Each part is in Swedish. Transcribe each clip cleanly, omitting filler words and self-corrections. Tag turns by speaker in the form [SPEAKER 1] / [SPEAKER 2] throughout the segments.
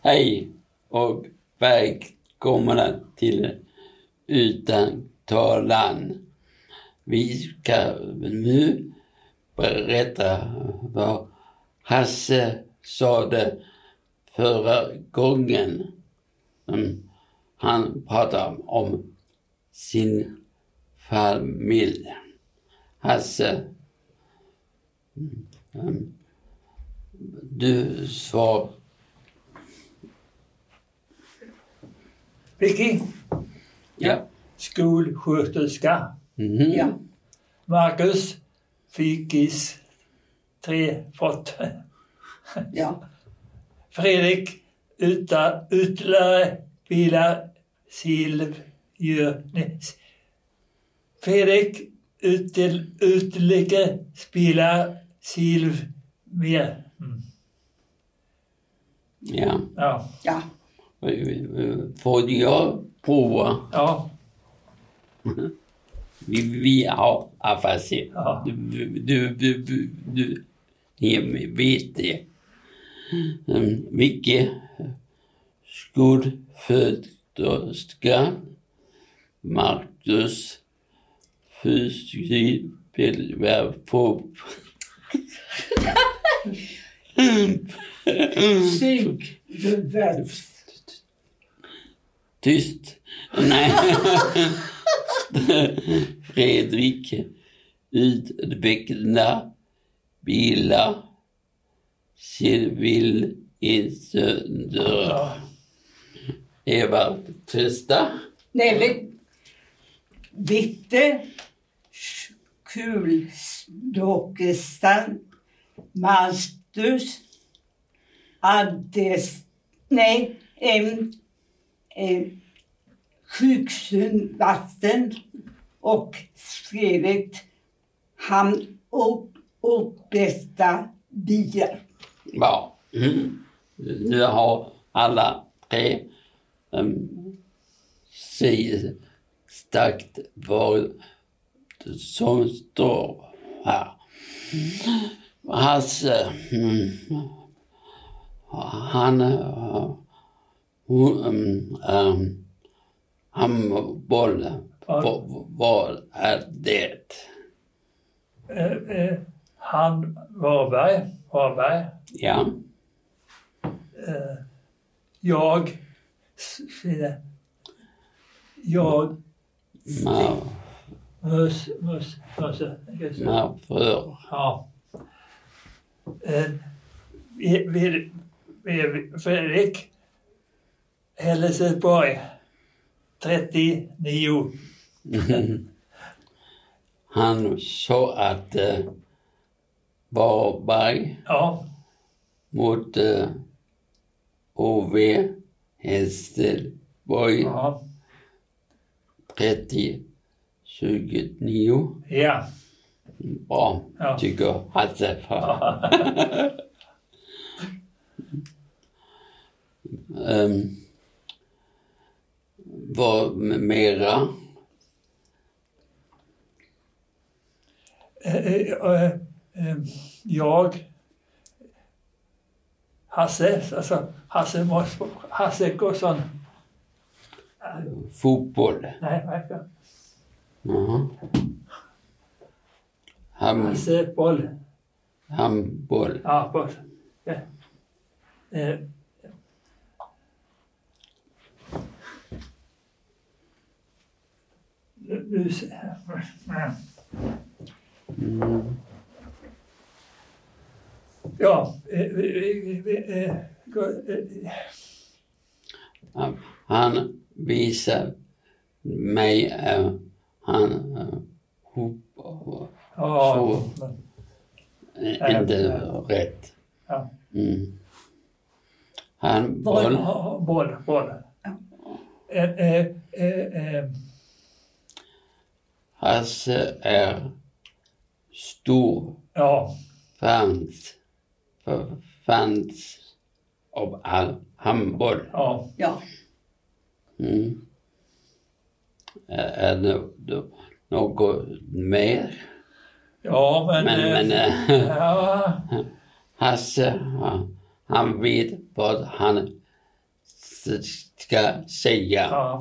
[SPEAKER 1] Hej och välkomna till Utan talan. Vi ska nu berätta vad Hasse sa det förra gången. Han pratade om sin familj. Hasse, du svar.
[SPEAKER 2] Vicky?
[SPEAKER 1] Ja.
[SPEAKER 2] Skolsköterska.
[SPEAKER 3] Ja.
[SPEAKER 2] Marcus? Fikis. 3 fått.
[SPEAKER 3] Ja.
[SPEAKER 2] Fredrik? Utlare. Bilar. Fredrik? Utlägger. Spelar. Silv. Mer.
[SPEAKER 1] Ja.
[SPEAKER 2] Ja.
[SPEAKER 3] Ja.
[SPEAKER 1] Får jag prova?
[SPEAKER 2] Ja.
[SPEAKER 1] Vi har afasi.
[SPEAKER 2] Ja.
[SPEAKER 1] Du ni vet det. Vilket skolsköterska Marcus fysiker på tyst. Nej. Fredrik utveckla bilar civilingenjör.
[SPEAKER 2] Ja.
[SPEAKER 1] Eva testa.
[SPEAKER 3] Nej, Vitte kuldockestan Mastus Addes Sjuksundvatten och Fredrik han och bästa bilar.
[SPEAKER 1] Ja. Nu har alla tre säger starkt vad som står här. Hasse, handboll, vad är det?
[SPEAKER 2] Han Varberg.
[SPEAKER 1] Ja.
[SPEAKER 2] Jag
[SPEAKER 1] För.
[SPEAKER 2] Ja. Fredrik Hälleseborg 39.
[SPEAKER 1] Han sa att Varberg mot OV Hässelborg 30-29.
[SPEAKER 2] Ja.
[SPEAKER 1] Bra, tycker Hasse. Vad mera?
[SPEAKER 2] Hasse Gosson.
[SPEAKER 1] Fotboll.
[SPEAKER 2] Nej, verkligen. Hasse boll.
[SPEAKER 1] Handboll.
[SPEAKER 2] Ja, boll. Ja. Nu ja,
[SPEAKER 1] han visar mig så inte rätt.
[SPEAKER 2] Ja.
[SPEAKER 1] Han boll. Hasse är stor.
[SPEAKER 2] Ja.
[SPEAKER 1] Fans av handboll.
[SPEAKER 2] Ja.
[SPEAKER 3] Ja.
[SPEAKER 1] Är det något mer?
[SPEAKER 2] Ja, men
[SPEAKER 1] Hasse, han vet vad han ska säga
[SPEAKER 2] Ja.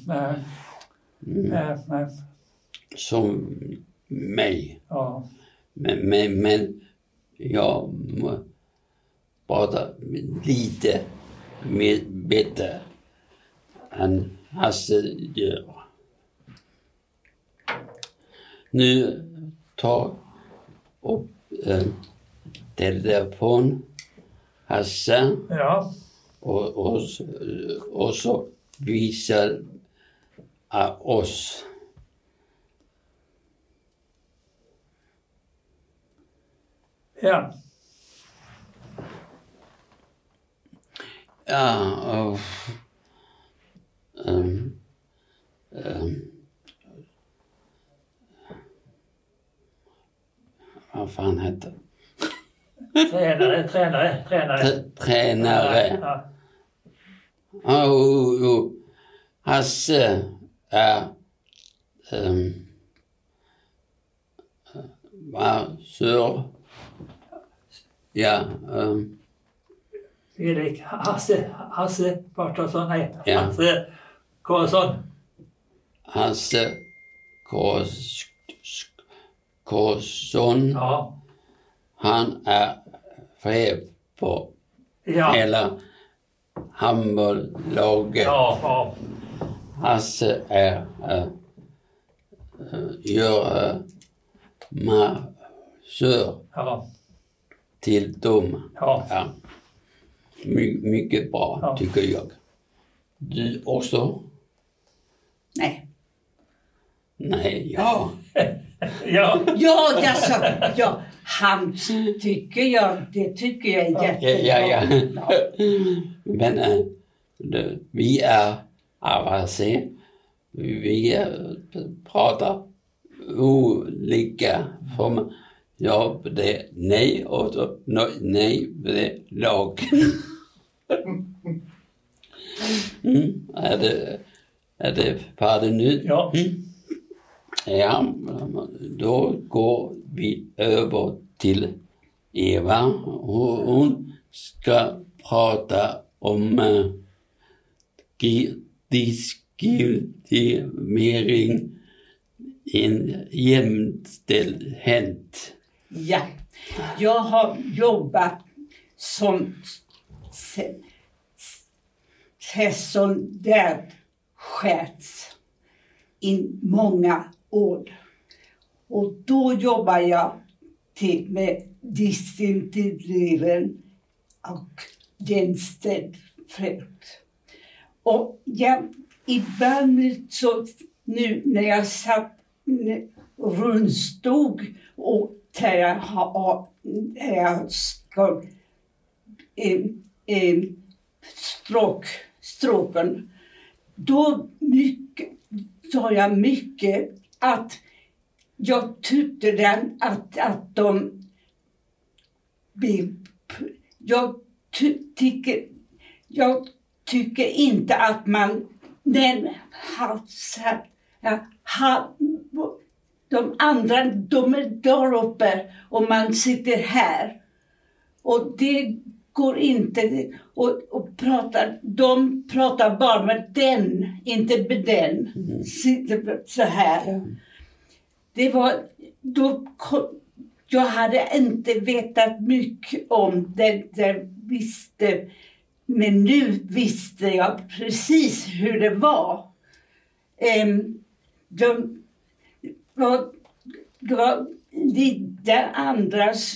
[SPEAKER 2] Nej.
[SPEAKER 1] som mig.
[SPEAKER 2] Ja.
[SPEAKER 1] Men jag pratar lite bättre än Hasse gör. Nu tar upp telefon Hasse
[SPEAKER 2] Ja.
[SPEAKER 1] och så visar oss.
[SPEAKER 2] Ja.
[SPEAKER 1] Ja, vad fan heter
[SPEAKER 2] Tränare.
[SPEAKER 1] tränare?
[SPEAKER 2] Ja.
[SPEAKER 1] Hasse är massör. Ja,
[SPEAKER 2] Erik, Hasse Bartolsson, nej.
[SPEAKER 1] Ja.
[SPEAKER 2] Hasse Karlsson.
[SPEAKER 1] Hasse Karlsson.
[SPEAKER 2] Ja.
[SPEAKER 1] Han är chef på
[SPEAKER 2] Ja.
[SPEAKER 1] hela handbollslaget.
[SPEAKER 2] Ja.
[SPEAKER 1] Hasse är gör massör
[SPEAKER 2] Ja.
[SPEAKER 1] till dem.
[SPEAKER 2] Ja.
[SPEAKER 1] Ja. Mycket bra,
[SPEAKER 2] Ja.
[SPEAKER 1] tycker jag. Du också?
[SPEAKER 3] Nej.
[SPEAKER 1] Nej, ja.
[SPEAKER 2] Ja.
[SPEAKER 3] Ja, alltså, ja, han tycker jag, det tycker jag är jättebra.
[SPEAKER 1] Ja. Men vi är AVC. Vi pratar olika former. Ja, det nej och så nej, det lag. Är det färdigt nu?
[SPEAKER 2] Ja.
[SPEAKER 1] Ja, då går vi över till Eva. Hon ska prata om diskriminering i jämställdhet.
[SPEAKER 3] Ja, jag har jobbat som sekundärchef i många år. Och då jobbar jag med diskriminering och jämställdhet. Och ibland så nu när jag satt rundstod och där jag ska stråken, då sa jag mycket att jag tyckte att de jag tycker inte att man de andra, de är där uppe och man sitter här. Och det går inte och pratar. De pratar bara med den, inte med den. Sitter så här. Det var då jag hade inte vetat mycket om det visste. Men nu visste jag precis hur det var. Det var lite andras,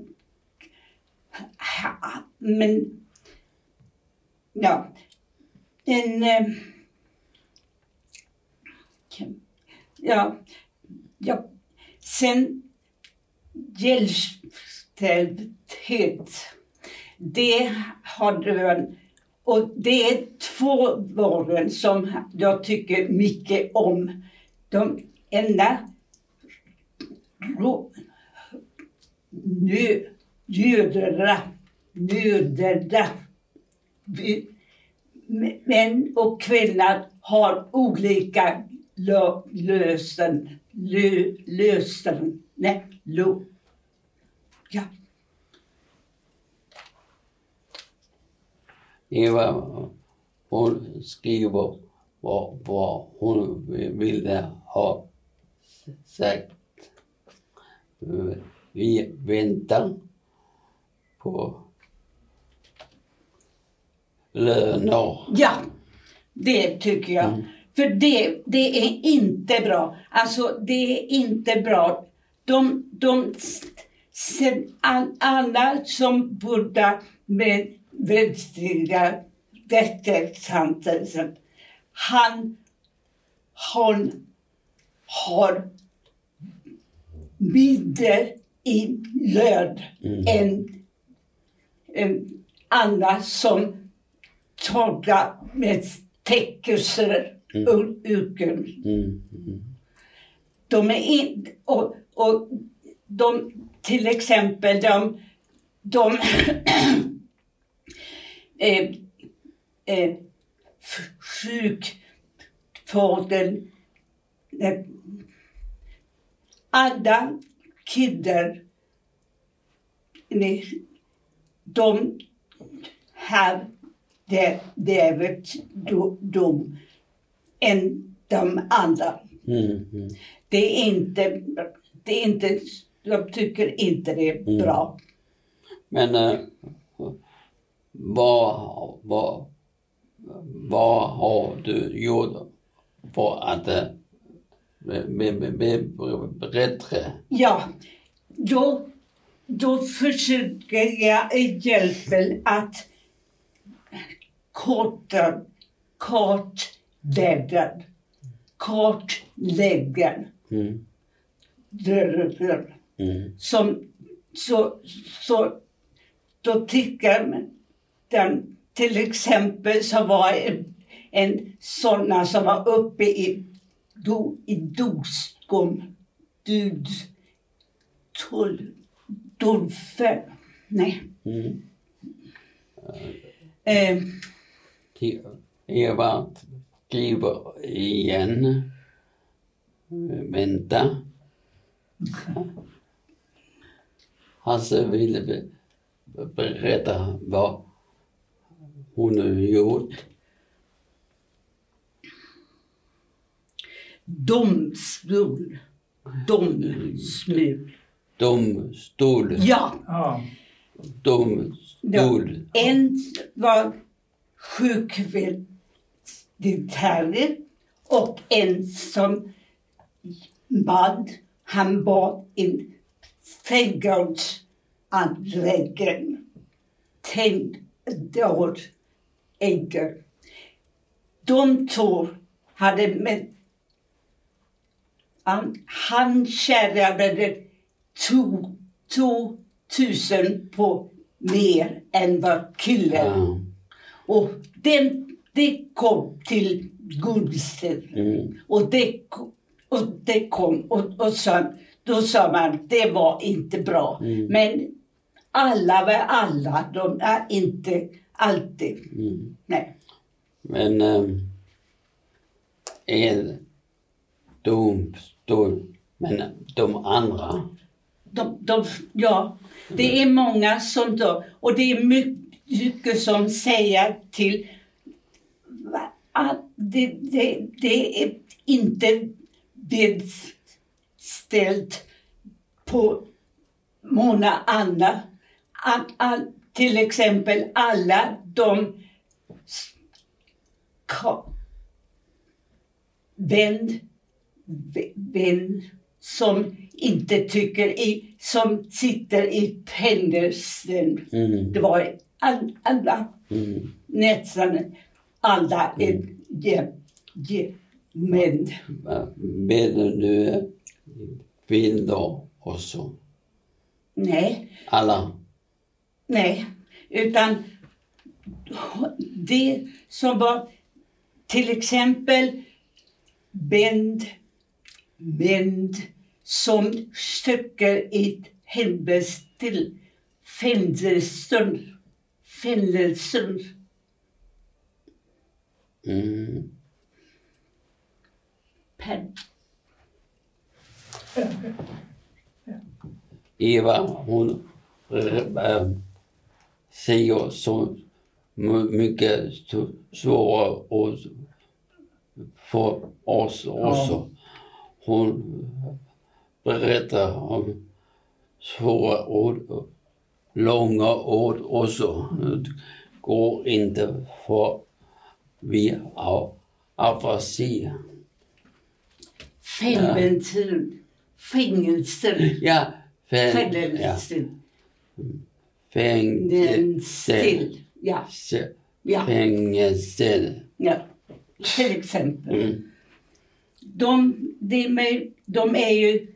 [SPEAKER 3] men ja. Sen jämställdhet. Det hade man, och det är 2 ord som jag tycker mycket om. De ena nöderna. Män och kvinnor har olika lösen. Ja.
[SPEAKER 1] Eva, hon skriver vad hon ville ha sagt. Vi väntar på löner.
[SPEAKER 3] Ja, det tycker jag. För det är inte bra. Alltså det är inte bra. Alla som borde med västliga rättigheter, hon har mindre i lön än alla som talar med täckelser yrken. De är inte, och de till exempel de sjukvården, alla killar, de har det dom än de andra. Det är inte, jag tycker inte det är bra.
[SPEAKER 1] Men vad har du gjort för att bättre?
[SPEAKER 3] Ja, då försöker jag hjälpa att kartlägga som så då tycker den till exempel så var en sådana som var uppe i Dolfen. Nej.
[SPEAKER 1] Eva skriver igen. Vänta. Hasse ville berätta vad hon har gjort.
[SPEAKER 3] Domstol. Ja. Domstol. En var sjukvårdsdirektör och en som han var en trädgårdsanläggare. Trädgårdsägare. De två hade med han tjänade 2000 på mer än vad killen. Och det kom till Gunsten. Och det kom och då sa man det var inte bra. Men alla var alla, de är inte alltid. Nej.
[SPEAKER 1] Men en domstol, men de andra?
[SPEAKER 3] Ja, det är många som då, och det är mycket som säger till att det är inte ställt på många andra. Till exempel alla de vän som inte tycker som sitter i pendeln. Det var alla nästan alla män.
[SPEAKER 1] Menar du kvinnor också?
[SPEAKER 3] Nej.
[SPEAKER 1] Alla?
[SPEAKER 3] Nej, utan det som var till exempel män som söker ett hembäst till fängelser.
[SPEAKER 1] Eva, hon säger mycket svårare och för oss också. Hon berättar om svåra ord, långa ord också. Det går inte för vi har afasi.
[SPEAKER 3] Fängelse.
[SPEAKER 1] Ja,
[SPEAKER 3] Fängelse.
[SPEAKER 1] fängelse.
[SPEAKER 3] Ja. Ja.
[SPEAKER 1] Fängelse.
[SPEAKER 3] Ja. Till exempel.
[SPEAKER 1] Mm.
[SPEAKER 3] De är ju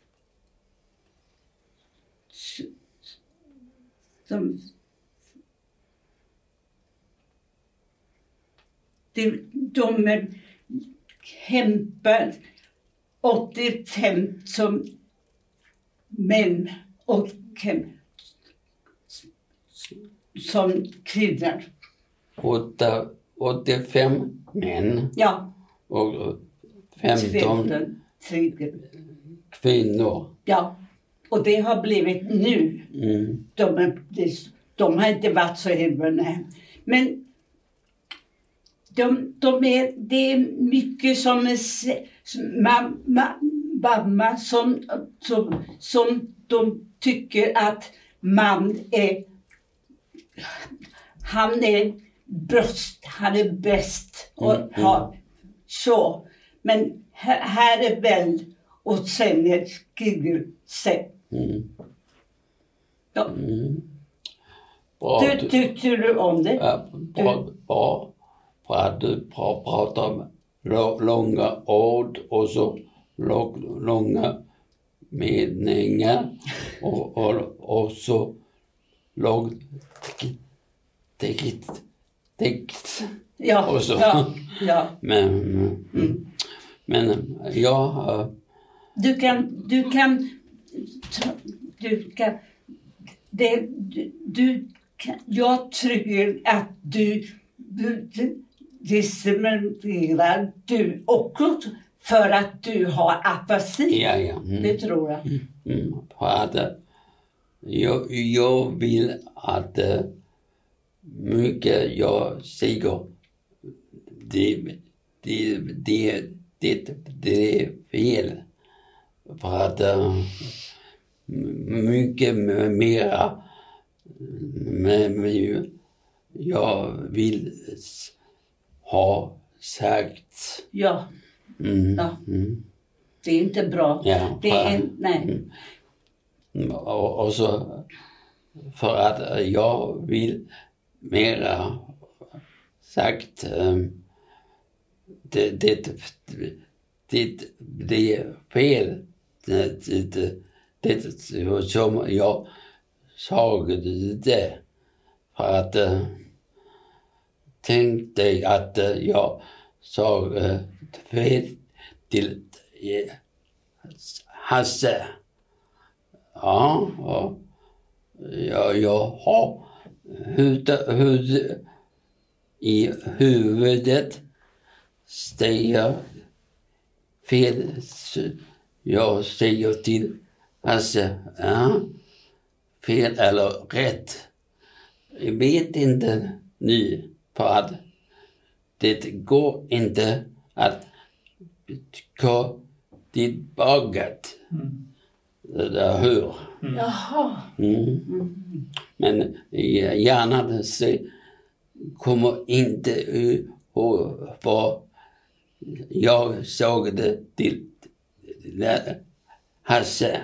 [SPEAKER 3] de kämpar 85 som män och som kvinnor.
[SPEAKER 1] 85 män
[SPEAKER 3] Ja.
[SPEAKER 1] och 15 kvinnor.
[SPEAKER 3] Ja. Och det har blivit nu.
[SPEAKER 1] Mm.
[SPEAKER 3] De har inte varit så hemma. Men det är mycket som mamma som de tycker att han är bäst och har så. Men här är väl och sen är skrivelse. Ja. Tycker du om det?
[SPEAKER 1] Ja, bra. Du pratar om långa ord och så långa meningar och så lång text.
[SPEAKER 3] Ja,
[SPEAKER 1] och så.
[SPEAKER 3] Ja.
[SPEAKER 1] Men jag...
[SPEAKER 3] Jag tror att du diskriminerar du också för att du har afasi.
[SPEAKER 1] Ja.
[SPEAKER 3] Det tror jag.
[SPEAKER 1] För att jag vill att mycket jag säger det är fel. För att mycket mera jag vill ha sagt.
[SPEAKER 3] Ja. Ja. Det är inte bra.
[SPEAKER 1] Ja,
[SPEAKER 3] det är nej.
[SPEAKER 1] Och så för att jag vill mera sagt det är fel. Det som jag sa det. För att tänk dig att jag sa fel till Hasse. Ja, och jag har i huvudet säger fel. Jag säger till Hasse, fel eller rätt. Jag vet inte nu för att det går inte att gå tillbaka. Det hur.
[SPEAKER 3] Jaha.
[SPEAKER 1] Men hjärnan kommer inte ihåg vad jag såg det till Hasse.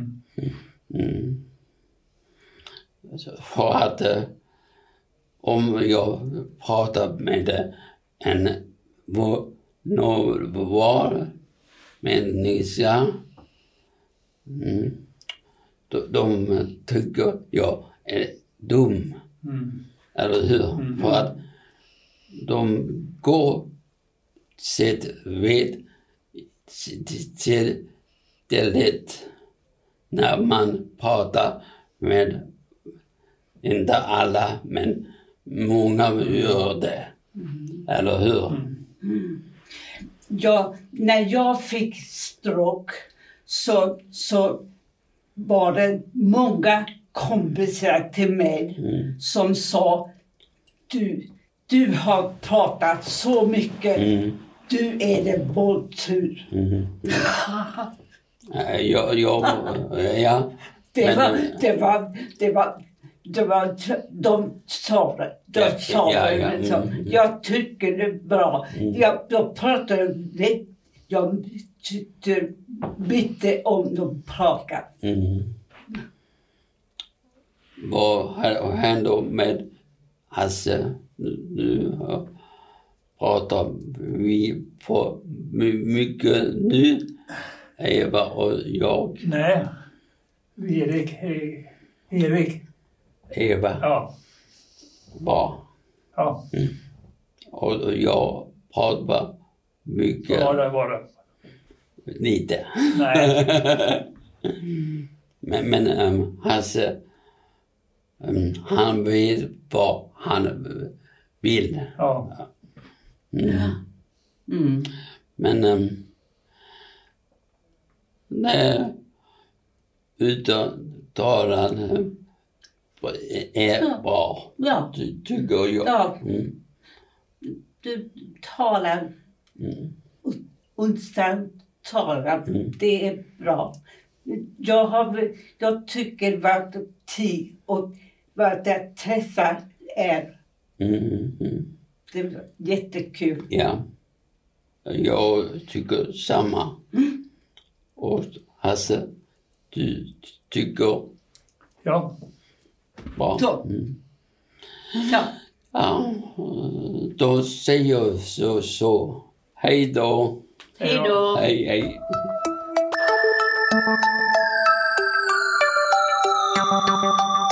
[SPEAKER 1] För att om jag pratar med en normal människa, de tycker jag är dum. Eller hur? För att de går sitt vet till det lätt när man pratar med inte alla men många gör det. Eller hur?
[SPEAKER 3] Ja, när jag fick stroke så var det många kompisar till mig som sa du har pratat så mycket. Du är det vår tur.
[SPEAKER 1] Ja.
[SPEAKER 3] Det var de sa det. Jag tycker det är bra. Jag pratar lite. Jag tycker lite om de pratar.
[SPEAKER 1] Vad händer med Hasse? Nu pratar vi på mycket nu, Eva och jag.
[SPEAKER 2] Nej, Erik.
[SPEAKER 1] Eva.
[SPEAKER 2] Ja.
[SPEAKER 1] Bra.
[SPEAKER 2] Ja.
[SPEAKER 1] Och jag pratar mycket.
[SPEAKER 2] Ja, det var det.
[SPEAKER 1] Lite.
[SPEAKER 2] Nej.
[SPEAKER 1] men Hasse, han vet vad han vill.
[SPEAKER 2] Ja.
[SPEAKER 1] Men när uttalan är bra, tycker jag.
[SPEAKER 3] Ja. Du talar onsdag talar. Det är bra. Jag tycker vad tid och vad det träffar är. Det är jättekul.
[SPEAKER 1] Ja. Jag tycker samma. Och Hasse, du tycker
[SPEAKER 2] Ja.
[SPEAKER 1] bra.
[SPEAKER 3] Så.
[SPEAKER 1] Ja, då säger jag så. Hej då.
[SPEAKER 3] Hej då.
[SPEAKER 1] Hej.
[SPEAKER 4] Thank you.